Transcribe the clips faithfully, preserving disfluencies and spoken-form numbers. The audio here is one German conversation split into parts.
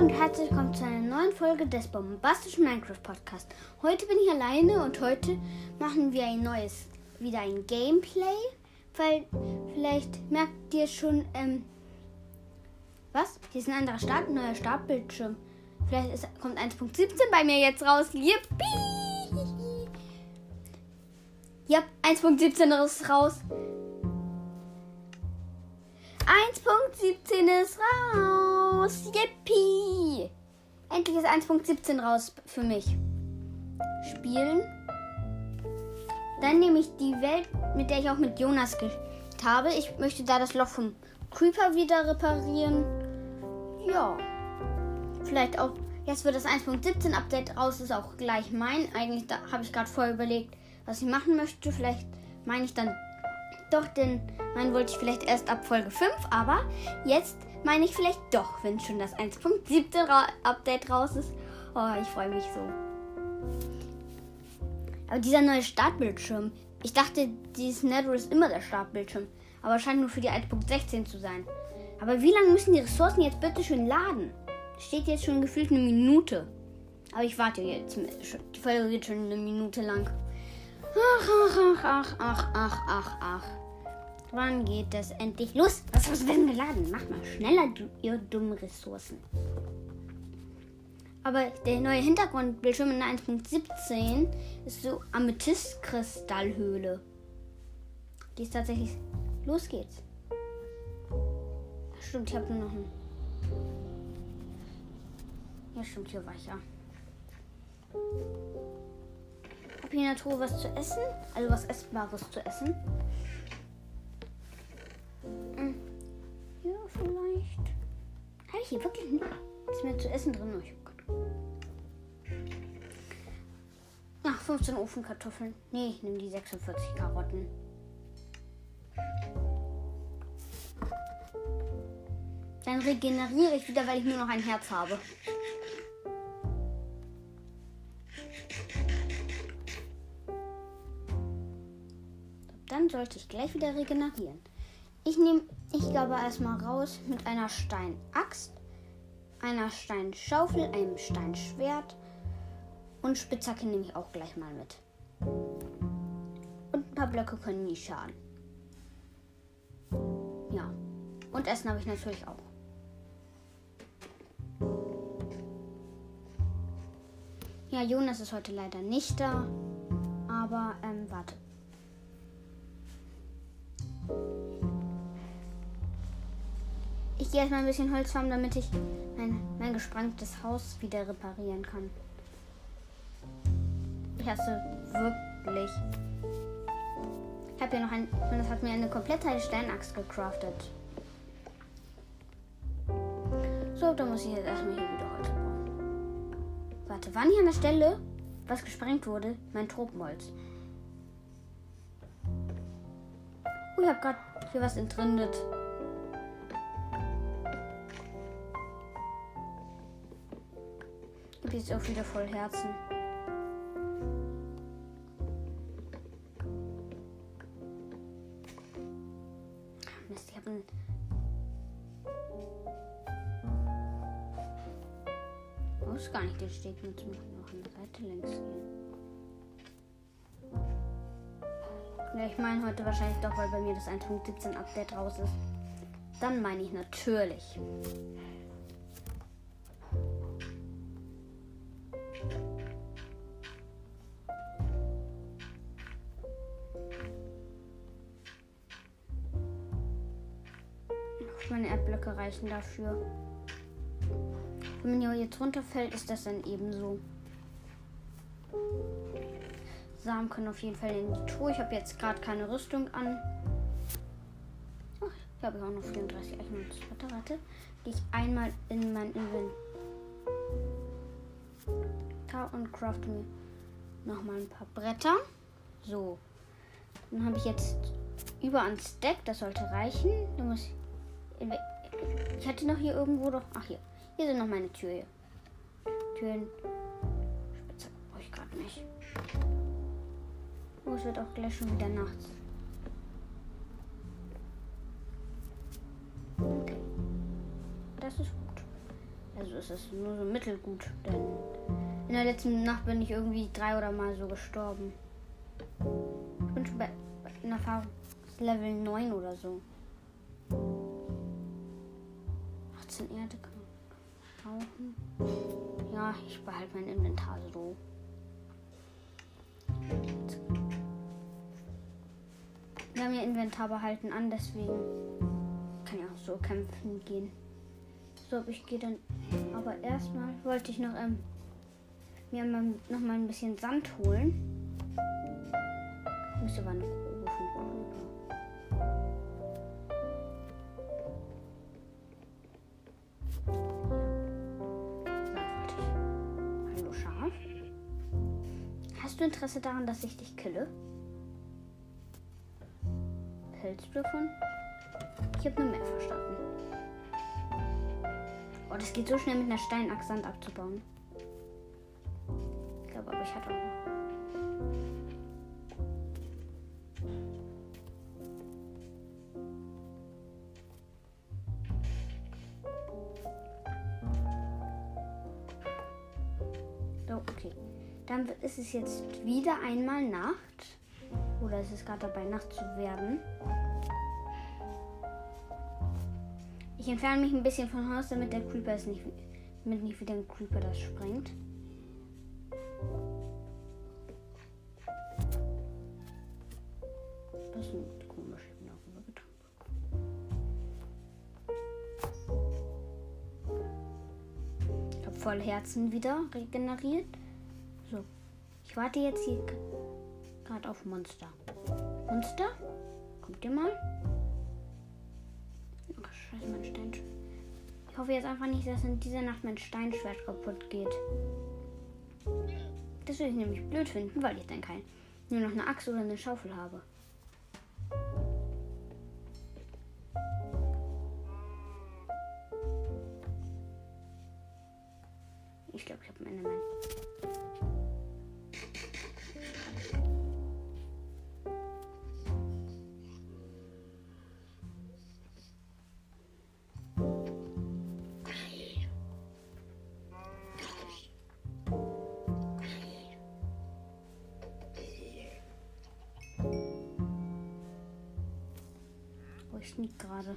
Und herzlich willkommen zu einer neuen Folge des bombastischen Minecraft Podcast. Heute bin ich alleine und heute machen wir ein neues, wieder ein Gameplay. Weil vielleicht merkt ihr schon, ähm, was? Hier ist ein anderer Start, ein neuer Startbildschirm. Vielleicht ist, kommt eins Punkt siebzehn bei mir jetzt raus. Yippie! Ja, eins Punkt siebzehn ist raus. eins Punkt siebzehn ist raus. Yippie! Endlich ist eins Punkt siebzehn raus für mich. Spielen. Dann nehme ich die Welt, mit der ich auch mit Jonas gespielt habe. Ich möchte da das Loch vom Creeper wieder reparieren. Ja. Vielleicht auch, jetzt wird das eins Punkt siebzehn Update raus, ist auch gleich mein. Eigentlich da habe ich gerade vorher überlegt, was ich machen möchte. Vielleicht meine ich dann doch, denn meinen wollte ich vielleicht erst ab Folge fünf, aber jetzt meine ich vielleicht doch, wenn schon das eins Punkt siebzehn Ra- Update raus ist. Oh, ich freue mich so. Aber dieser neue Startbildschirm, ich dachte, dieses Nether ist immer der Startbildschirm, aber scheint nur für die eins Punkt sechzehn zu sein. Aber wie lange müssen die Ressourcen jetzt bitte schön laden? Steht jetzt schon gefühlt eine Minute. Aber ich warte jetzt. Die Folge geht schon eine Minute lang. Ach, ach, ach, ach, ach, ach, ach. Wann geht das endlich los? Was muss denn geladen? Mach mal schneller, du, ihr dummen Ressourcen. Aber der neue Hintergrundbildschirm in eins Punkt siebzehn ist so Amethyst-Kristallhöhle. Die ist tatsächlich... Los geht's. Stimmt, ich habe nur noch einen... Ja, stimmt, hier war ich ja. Hab hier in der Truhe was zu essen? Also was Essbares zu essen? Hm. Ja, vielleicht. Habe ich hier wirklich nichts mehr zu essen drin? Oh, Ach, fünfzehn Ofenkartoffeln. Nee, ich nehme die sechsundvierzig Karotten. Dann regeneriere ich wieder, weil ich nur noch ein Herz habe. Dann sollte ich gleich wieder regenerieren. Ich nehme, ich glaube erstmal raus mit einer Steinaxt, einer Steinschaufel, einem Steinschwert und Spitzhacke nehme ich auch gleich mal mit. Und ein paar Blöcke können nie schaden. Ja. Und Essen habe ich natürlich auch. Ja, Jonas ist heute leider nicht da. Aber, ähm, warte. Ich gehe erstmal ein bisschen Holz farmen, damit ich mein, mein gesprengtes Haus wieder reparieren kann. Ich hasse wirklich. Ich habe hier noch ein... Und das hat mir eine komplette Steinaxt gecraftet. So, dann muss ich jetzt erstmal hier wieder Holz bauen. Warte, wann hier an der Stelle, was gesprengt wurde? Mein Tropenholz. Oh, ich habe gerade hier was entrindet. Ich habe jetzt auch wieder voll Herzen. Mist, ich habe einen... Ich muss gar nicht den Steg nutzen, noch an der Seite längs gehen. Ja, ich meine heute wahrscheinlich doch, weil bei mir das eins Punkt siebzehn Update raus ist. Dann meine ich natürlich. Meine Erdblöcke reichen dafür. Wenn man hier jetzt runterfällt, ist das dann eben so. Samen können auf jeden Fall in die Truhe. Ich habe jetzt gerade keine Rüstung an. Ach, ich habe auch noch vierunddreißig Eichenholz. Warte, warte. Gehe ich einmal in mein Inventar und crafte mir nochmal ein paar Bretter. So. Dann habe ich jetzt über ein Stack. Das sollte reichen. Dann muss ich Ich hatte noch hier irgendwo doch... Ach, hier. Hier sind noch meine Türen. Türen. Spitzhacke brauche ich gerade nicht. Oh, es wird auch gleich schon wieder nachts. Okay. Das ist gut. Also ist es nur so mittelgut, denn in der letzten Nacht bin ich irgendwie drei oder mal so gestorben. Ich bin schon bei einer Level neun oder so. achtzehn Erde kann man brauchen. Ja, ich behalte mein Inventar so. Wir haben ja Inventar behalten an, deswegen kann ich auch so kämpfen gehen. So, ich gehe dann. Aber erstmal wollte ich noch ähm, mir mal, noch mal ein bisschen Sand holen. Ich müsste aber noch rufen. Hallo Schaf. Hast du Interesse daran, dass ich dich kille? Hältst du davon? Ich habe nur mehr verstanden. Oh, das geht so schnell mit einer Steinachs Sand abzubauen. Ich glaube aber, ich hatte auch noch. So, okay. Dann ist es jetzt wieder einmal Nacht. Oder ist es gerade dabei, Nacht zu werden? Ich entferne mich ein bisschen vom Haus, damit der Creeper es nicht, damit nicht wieder ein Creeper das sprengt. Das sind komische Knochen getan. Ich habe voll Herzen wieder regeneriert. So, ich warte jetzt hier gerade auf Monster. Monster? Kommt ihr mal? Ach, scheiße, mein Steinschwert. Ich hoffe jetzt einfach nicht, dass in dieser Nacht mein Steinschwert kaputt geht. Das würde ich nämlich blöd finden, weil ich dann kein, nur noch eine Axt oder eine Schaufel habe. Ich glaube, ich habe meine Mann. Ich schnitt gerade.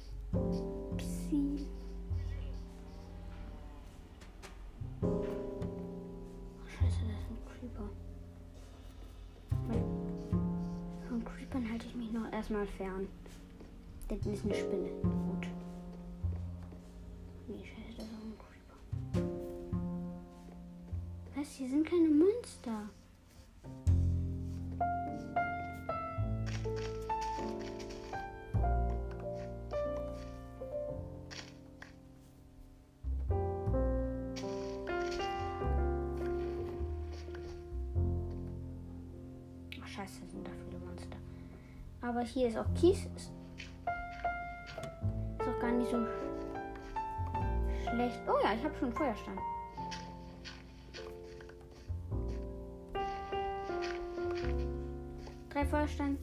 Psi. Oh, scheiße, das ist ein Creeper. Von Creepern halte ich mich noch erstmal fern. Das ist eine Spinne. Gut. Nee, scheiße, das ist auch ein Creeper. Was? Hier sind keine Monster. Scheiße, sind da viele Monster. Aber hier ist auch Kies. Ist, ist auch gar nicht so schlecht. Oh ja, ich habe schon Feuerstein. Drei Feuerstein.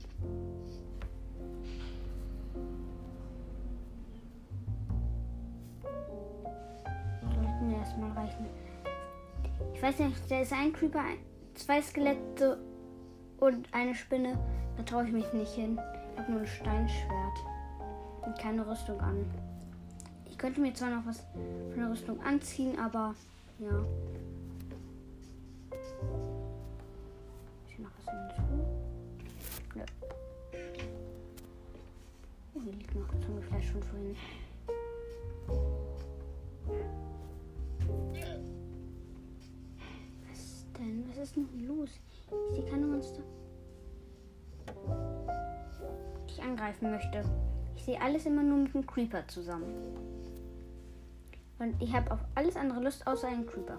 Sollten mir erstmal reichen. Ich weiß nicht, da ist ein Creeper, ein, zwei Skelette und eine Spinne. Da traue ich mich nicht hin. Ich habe nur ein Steinschwert und keine Rüstung an. Ich könnte mir zwar noch was von der Rüstung anziehen, aber ja. Ist hier noch was in der Truhe? Nö. Oh, hier liegt noch Zungefleisch von vorhin. Was denn? Was ist denn los? Ich sehe keine Monster, die ich angreifen möchte. Ich sehe alles immer nur mit einem Creeper zusammen. Und ich habe auf alles andere Lust, außer einen Creeper.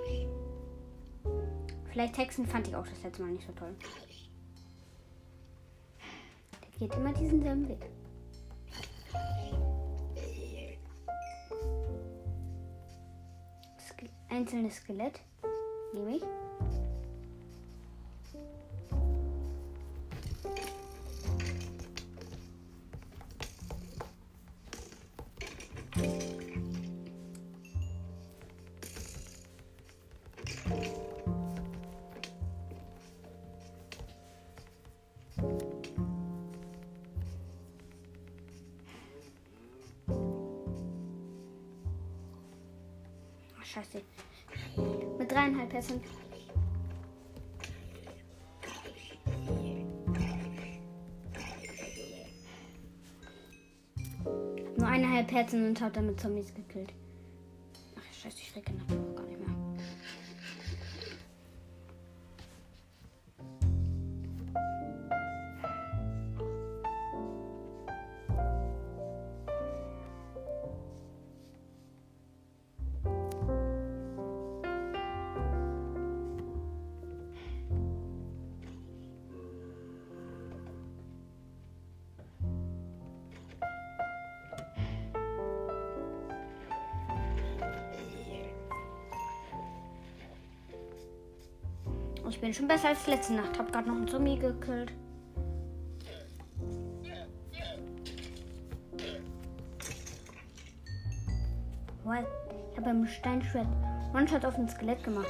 Vielleicht Hexen fand ich auch das letzte Mal nicht so toll. Der geht immer diesen selben Weg. Ske- einzelnes Skelett. Nehme ich. scheiße. Mit dreieinhalb Herzen. Nur eineinhalb Herzen und hat damit Zombies gekillt. Ach scheiße, ich recke noch gar nicht mehr. Ich bin schon besser als letzte Nacht. Hab gerade noch einen Zombie gekillt. What? Ich habe beim Steinschwert One-Shot auf ein Skelett gemacht.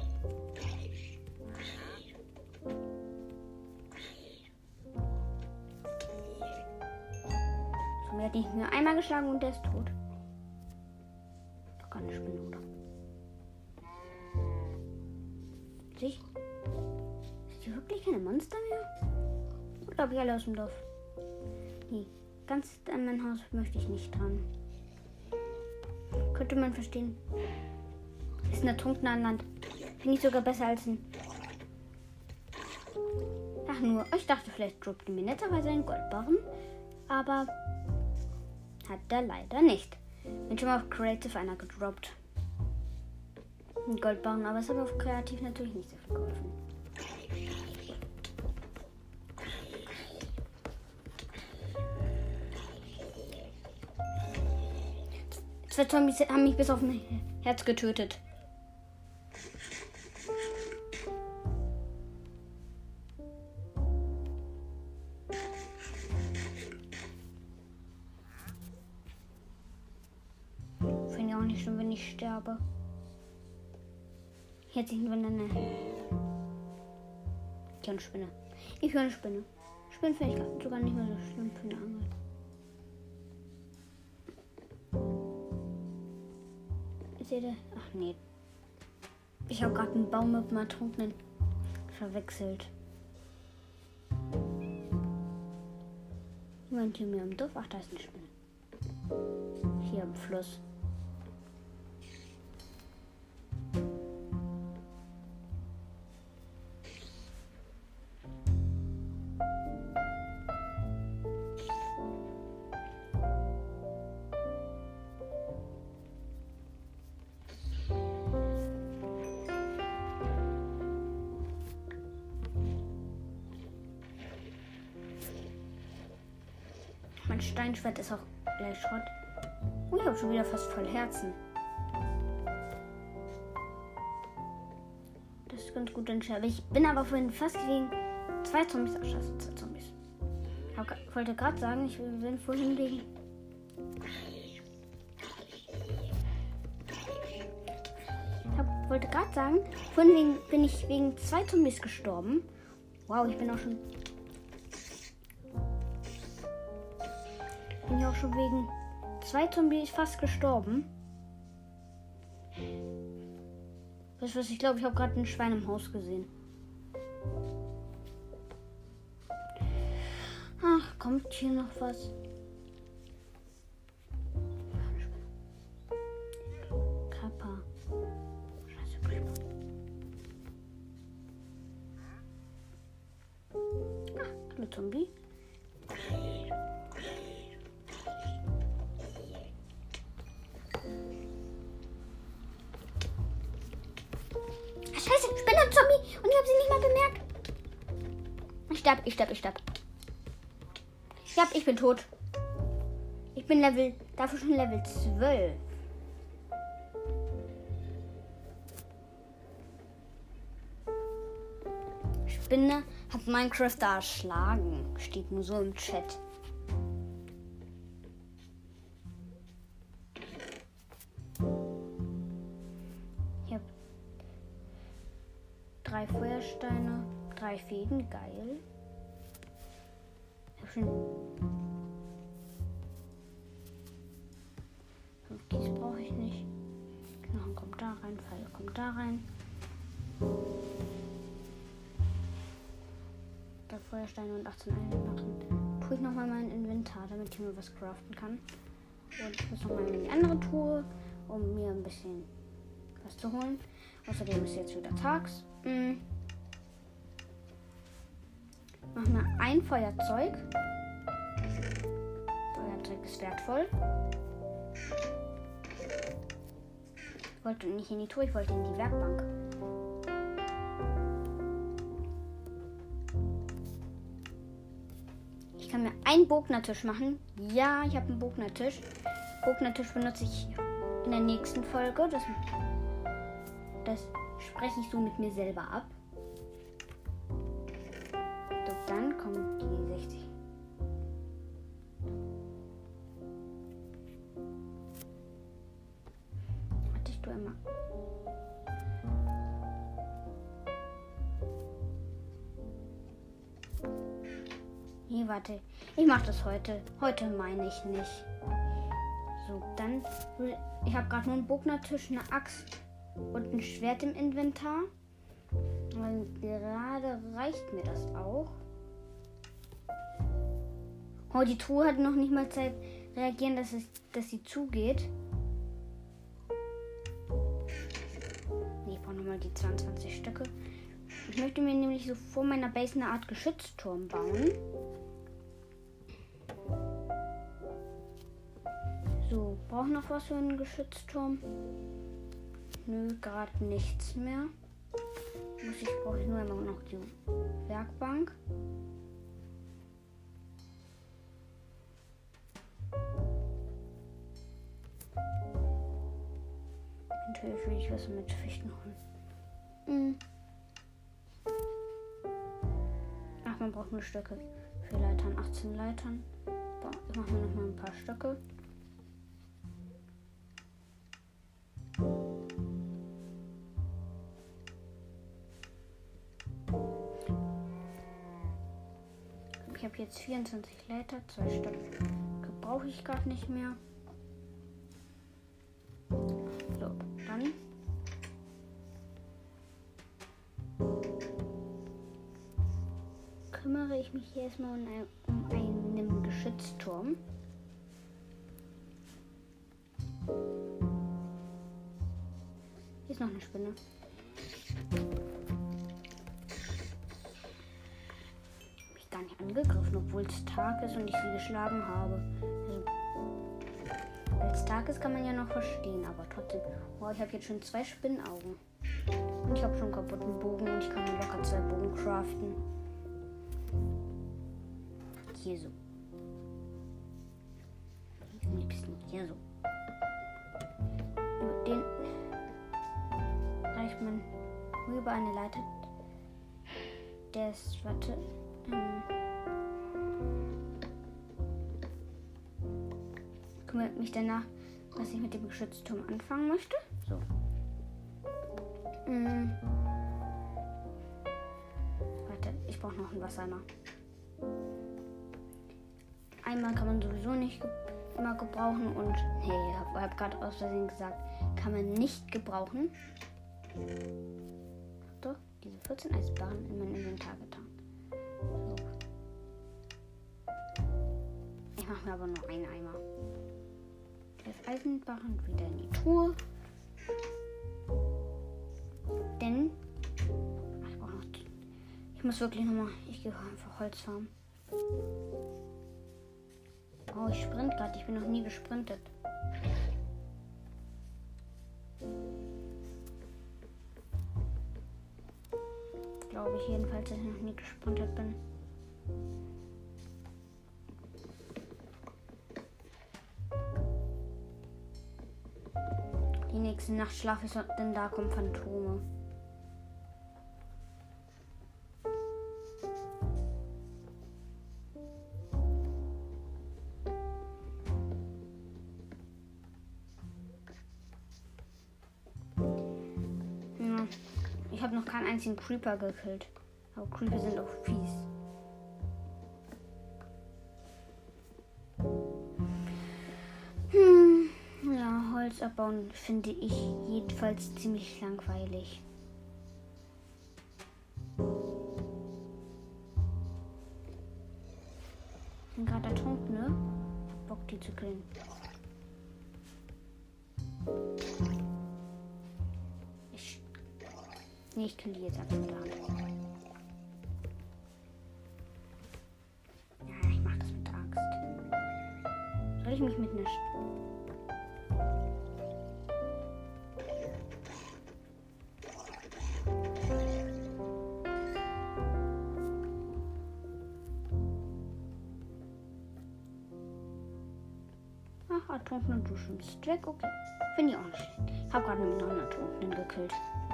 Zombie hat nicht mehr einmal geschlagen und der ist tot. Doch gar nicht Spinne, oder? Sich? Ist die wirklich keine Monster mehr? Oder habe ich alle aus dem Dorf? Nee, ganz an mein Haus möchte ich nicht dran. Könnte man verstehen. Ist ein ertrunkener an Land. Finde ich sogar besser als ein... Ach nur, ich dachte vielleicht droppt mir netterweise einen Goldbarren. Aber hat er leider nicht. Bin schon mal auf Creative einer gedroppt. Ein Goldbarren, aber es hat auf Kreativ natürlich nicht so viel geholfen. Zwei Zombies haben mich bis auf mein Herz getötet. Finde ich auch nicht schlimm, wenn ich sterbe. Jetzt sind wir eine. Ich höre eine Spinne. Ich höre eine Spinne. Spinnen finde ich sogar nicht mehr so schlimm für eine Angel. Seht ihr? Ach nee. Ich habe gerade einen Baum mit einem Ertrunkenen verwechselt. Jemand hier mir im Dorf. Ach, da ist eine Spinne. Hier im Fluss. Mein Steinschwert ist auch gleich Schrott. Oh, ich habe schon wieder fast voll Herzen. Das ist ganz gut entschärft. Ich bin aber vorhin fast gegen zwei Zombies erschossen. Zwei Zombies. Ich wollte gerade sagen, ich bin vorhin gegen... Ich hab, wollte gerade sagen, vorhin wegen, bin ich wegen zwei Zombies gestorben. Wow, ich bin auch schon... Bin ich auch schon wegen zwei Zombies fast gestorben. Weißt du was, ich glaube, ich habe gerade ein Schwein im Haus gesehen. Ach, kommt hier noch was? Kappa. Scheiße, gespannt. Ah, hallo Zombie. Scheiße, Spinner-Zombie! Und ich habe sie nicht mal bemerkt. Ich sterb, ich sterb, ich sterb. Ich sterb, ich bin tot. Ich bin Level, dafür schon Level zwölf. Spinne hat Minecraft da erschlagen. Steht nur so im Chat. Drei Feuersteine, drei Fäden, geil. Ich hab schon fünf Kies brauche ich nicht. Knochen kommt da Ein Pfeil kommt da rein. Der Feuersteine und achtzehn Eisenbarren tue ich nochmal mein Inventar, damit ich mir was craften kann. Und ich muss nochmal in die andere Truhe, um mir ein bisschen was zu holen. Außerdem ist jetzt wieder tags. Hm. Mach mal ein Feuerzeug. Feuerzeug ist wertvoll. Ich wollte nicht in die Truhe, ich wollte in die Werkbank. Ich kann mir einen Bognertisch machen. Ja, ich habe einen Bognertisch. Bognertisch benutze ich in der nächsten Folge. Das, das spreche ich so mit mir selber ab. So, dann kommen die sechzig. Hattest du immer. Nee, warte. Ich mache das heute. Heute meine ich nicht. So, dann. Ich habe gerade nur einen Bognertisch, eine Axt und ein Schwert im Inventar. Und gerade reicht mir das auch. Oh, die Truhe hat noch nicht mal Zeit reagieren, dass, es, dass sie zugeht. Nee, ich brauche nochmal die zweiundzwanzig Stücke. Ich möchte mir nämlich so vor meiner Base eine Art Geschützturm bauen. So, brauche noch was für einen Geschützturm? Nö, gerade nichts mehr. Muss ich brauche nur immer noch die Werkbank. Natürlich will ich was mit Fichten holen. Mhm. Ach, man braucht nur Stöcke für Leitern, achtzehn Leitern. Ich mache mir noch mal ein paar Stöcke. Ich habe jetzt vierundzwanzig Leiter, zwei Stück brauche ich gerade nicht mehr. So, dann kümmere ich mich hier erstmal um, ein, um einen Geschützturm. Hier ist noch eine Spinne. Gar nicht angegriffen, obwohl es Tag ist und ich sie geschlagen habe. Also, weil es Tag ist, kann man ja noch verstehen, aber trotzdem. Oh, ich habe jetzt schon zwei Spinnenaugen. Und ich habe schon einen kaputten Bogen und ich kann mir locker zwei Bogen craften. Hier so. Am liebsten hier so. Über den reicht man nur über eine Leiter. Der ist, warte. Ich kümmere mich danach, was ich mit dem Geschützturm anfangen möchte. So. Hm. Warte, ich brauche noch einen Wassereimer. Einmal kann man sowieso nicht ge- immer gebrauchen und nee, ich habe hab gerade aus Versehen gesagt, kann man nicht gebrauchen. Doch, diese vierzehn Eisbarren in mein Inventar getan. So. Ich mache mir aber nur einen Eimer. elf Eisenbarren wieder in die Truhe. Denn ach, ich brauche noch. Ich muss wirklich nochmal. Ich gehe einfach Holz farmen. Oh, ich sprint gerade. Ich bin noch nie gesprintet. Glaube ich jedenfalls, dass ich noch nie gesprintet bin. Die nächste Nacht schlafe ich, denn da kommen Phantome. Ja, ich habe noch keinen einzigen Creeper gekillt. Aber Creeper sind auch fies. Hm, ja, Holz Holz abbauen finde ich jedenfalls ziemlich langweilig. Ich bin gerade ertrunken, ne? Hab Bock, die zu killen. Ich. Nee, ich kill die jetzt einfach mit der Hand. Ja, ich mach das mit der Axt. Soll ich mich mit einer. Sch Ach, ertrunkenen du schwimmst weg, okay. Finde ich auch nicht schlecht. Ich habe gerade einen neuen Ertrunkenen gekillt.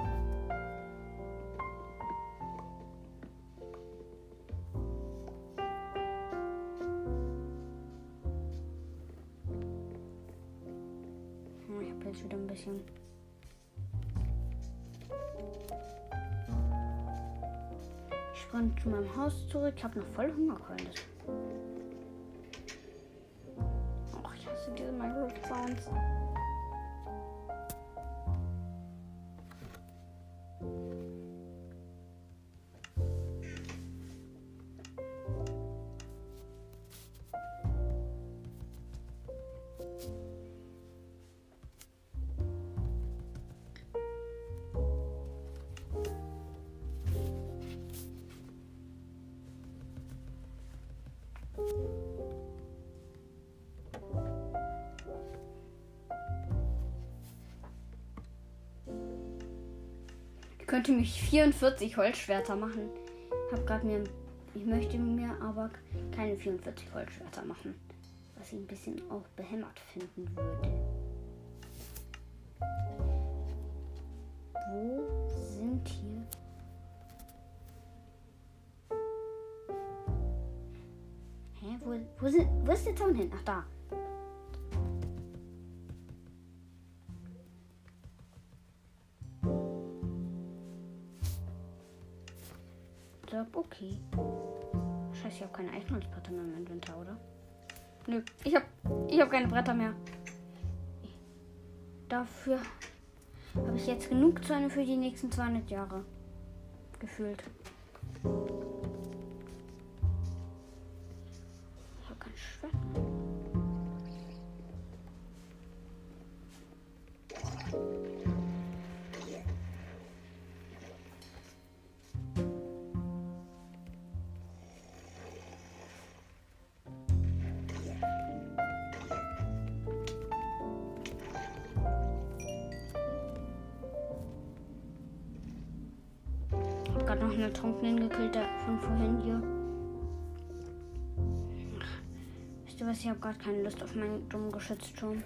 Ich habe jetzt wieder ein bisschen. Ich sprinte zu meinem Haus zurück. Ich habe noch voll Hunger. Ach, ich hasse diese Minecraft Sounds. Ich könnte mich vierundvierzig Holzschwerter machen. Ich habe gerade mir, ich möchte mir aber keine vierundvierzig Holzschwerter machen, was ich ein bisschen auch behämmert finden würde. Wo sind hier? Hä, wo, wo, sind, wo ist der Zaun hin? Ach, da. Okay. Scheiße, ich habe keine Eichholzbretter mehr im Inventar, oder? Nö, ich habe ich hab keine Bretter mehr. Dafür habe ich jetzt genug Zäune für die nächsten zweihundert Jahre. Gefühlt. Ich habe kein Schwert mehr. Noch eine Trunkenen gekillt von vorhin hier. Ach, wisst ihr was? Ich habe gerade keine Lust auf meinen dummen Geschützturm.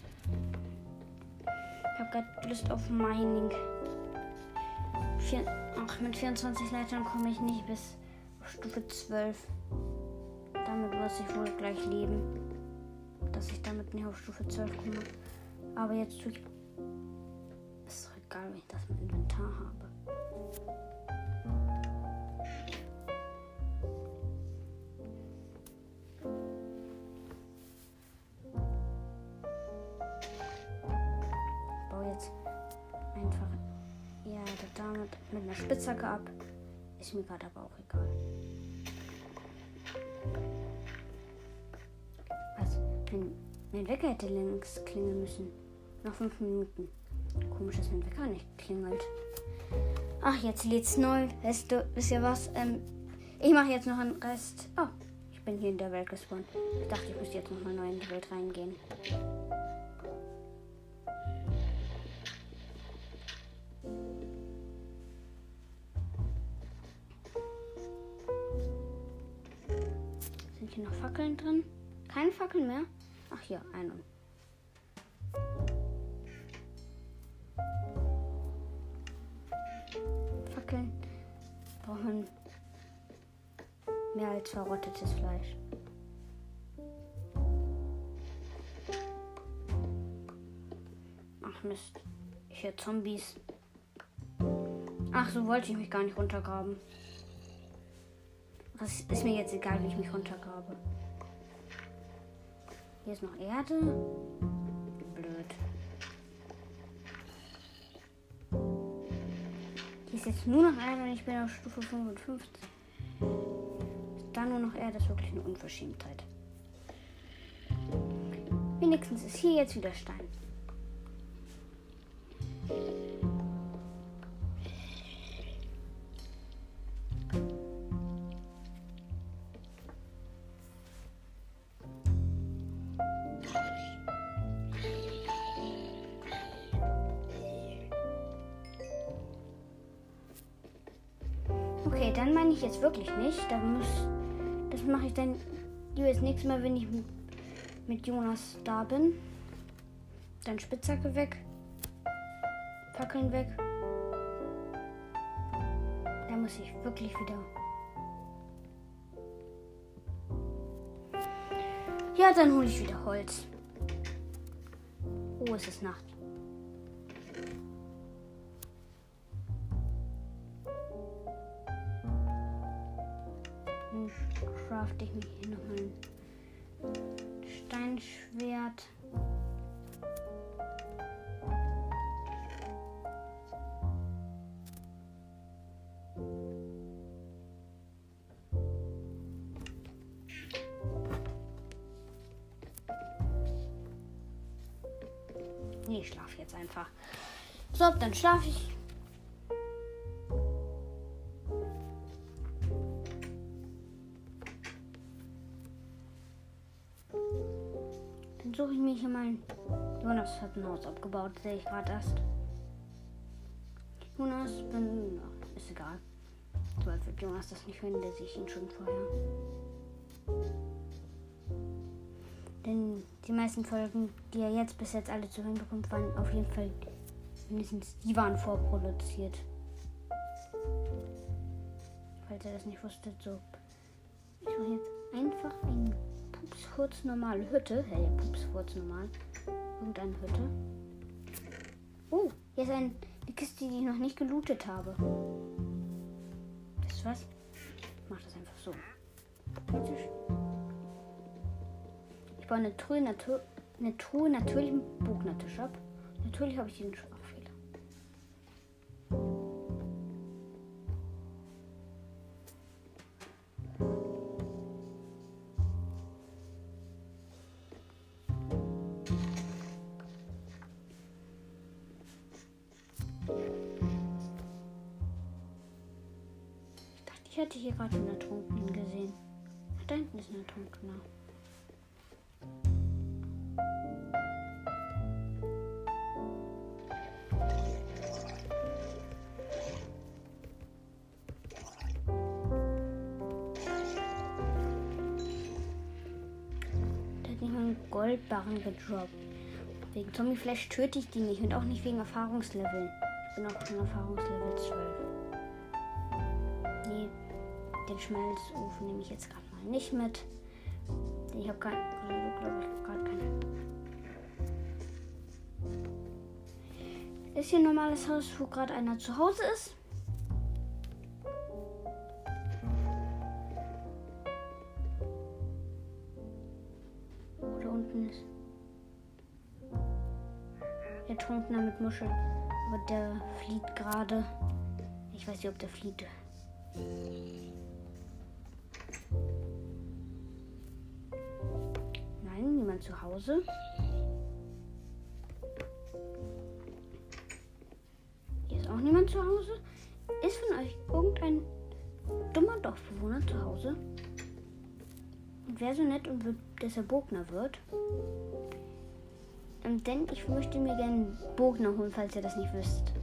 Ich habe gerade Lust auf Mining. Vier, ach, mit vierundzwanzig Leitern komme ich nicht bis auf Stufe zwölf. Damit muss ich wohl gleich leben, dass ich damit nicht auf Stufe zwölf komme. Aber jetzt tue ich. Ist doch egal, wenn ich das im Inventar habe. Damit mit einer Spitzhacke ab. Ist mir gerade aber auch egal. Also, mein, mein Wecker hätte längst klingeln müssen. Noch fünf Minuten. Komisch, dass mein Wecker nicht klingelt. Ach, jetzt lädt's neu. Weißt du, wisst ihr was? Ähm, ich mache jetzt noch einen Rest. Oh, ich bin hier in der Welt gespawnt. Ich dachte, ich müsste jetzt noch mal neu in die Welt reingehen. Hier noch Fackeln drin? Keine Fackeln mehr? Ach hier, eine. Fackeln brauchen mehr als verrottetes Fleisch. Ach Mist. Ich höre Zombies. Ach, so wollte ich mich gar nicht runtergraben. Das ist mir jetzt egal, wie ich mich runtergrabe. Hier ist noch Erde. Blöd. ist jetzt nur noch Erde und ich bin auf Stufe fünfundfünfzig. Dann nur noch Erde, das ist wirklich eine Unverschämtheit. Wenigstens ist hier jetzt wieder Stein. Okay, dann meine ich jetzt wirklich nicht. Da muss, das mache ich dann lieber das nächste Mal, wenn ich mit Jonas da bin. Dann Spitzhacke weg. Fackeln weg. Da muss ich wirklich wieder. Ja, dann hole ich wieder Holz. Oh, es ist Nacht. Dann crafte ich mir hier nochmal ein Steinschwert. Nee, ich schlafe jetzt einfach. So, dann schlafe ich. Dann suche ich mir hier mal. Jonas hat ein Haus abgebaut, sehe ich gerade erst. Jonas, bin. Ach, ist egal. So als wird Jonas das nicht hören, der sehe ich ihn schon vorher. Denn die meisten Folgen, die er jetzt bis jetzt alle zu hören bekommt, waren auf jeden Fall mindestens die waren vorproduziert. Falls er das nicht wusste, so. Ich mache jetzt einfach eine Pups normale Hütte. Hey, Pups normal. Irgendeine Hütte. Oh, hier ist ein, eine Kiste, die ich noch nicht gelootet habe. Weißt du was? Ich mache das einfach so. Ich baue eine Truhe, Natur, eine Truhe natürlich im Bognertisch ab. Natürlich habe ich diesen Sprachfehler. Ich dachte, ich hätte hier gerade einen Ertrunkenen gesehen. Da hinten ist ein Ertrunkener. Goldbarren gedroppt. Wegen Zombiefleisch töte ich die nicht und auch nicht wegen Erfahrungslevel. Ich bin auch schon Erfahrungslevel zwölf. Nee, den Schmelzofen nehme ich jetzt gerade mal nicht mit. Ich habe kein, also glaube ich gerade keine. Ist hier ein normales Haus, wo gerade einer zu Hause ist? Der Trunkener mit Muschel. Aber der flieht gerade. Ich weiß nicht, ob der flieht. Nein, niemand zu Hause. Hier ist auch niemand zu Hause. Ist von euch irgendein dummer Dorfbewohner zu Hause? Und wer so nett und will, dass er Bogner wird? Und denn ich möchte mir gerne einen Bogner holen, falls ihr das nicht wisst.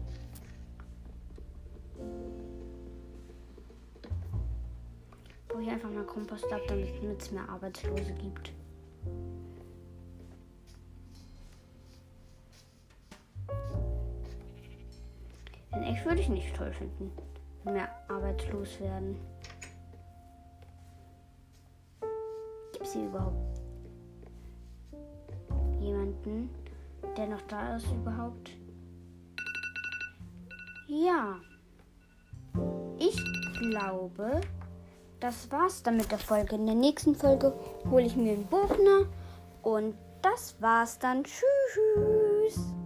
Brauche ich einfach mal Kompost ab, damit es mehr Arbeitslose gibt. Denn echt würde ich nicht toll finden, mehr arbeitslos werden. Gibt es hier überhaupt jemanden, der noch da ist überhaupt? Ja. Ich glaube, das war's dann mit der Folge. In der nächsten Folge hole ich mir einen Bogner und das war's dann. Tschüss.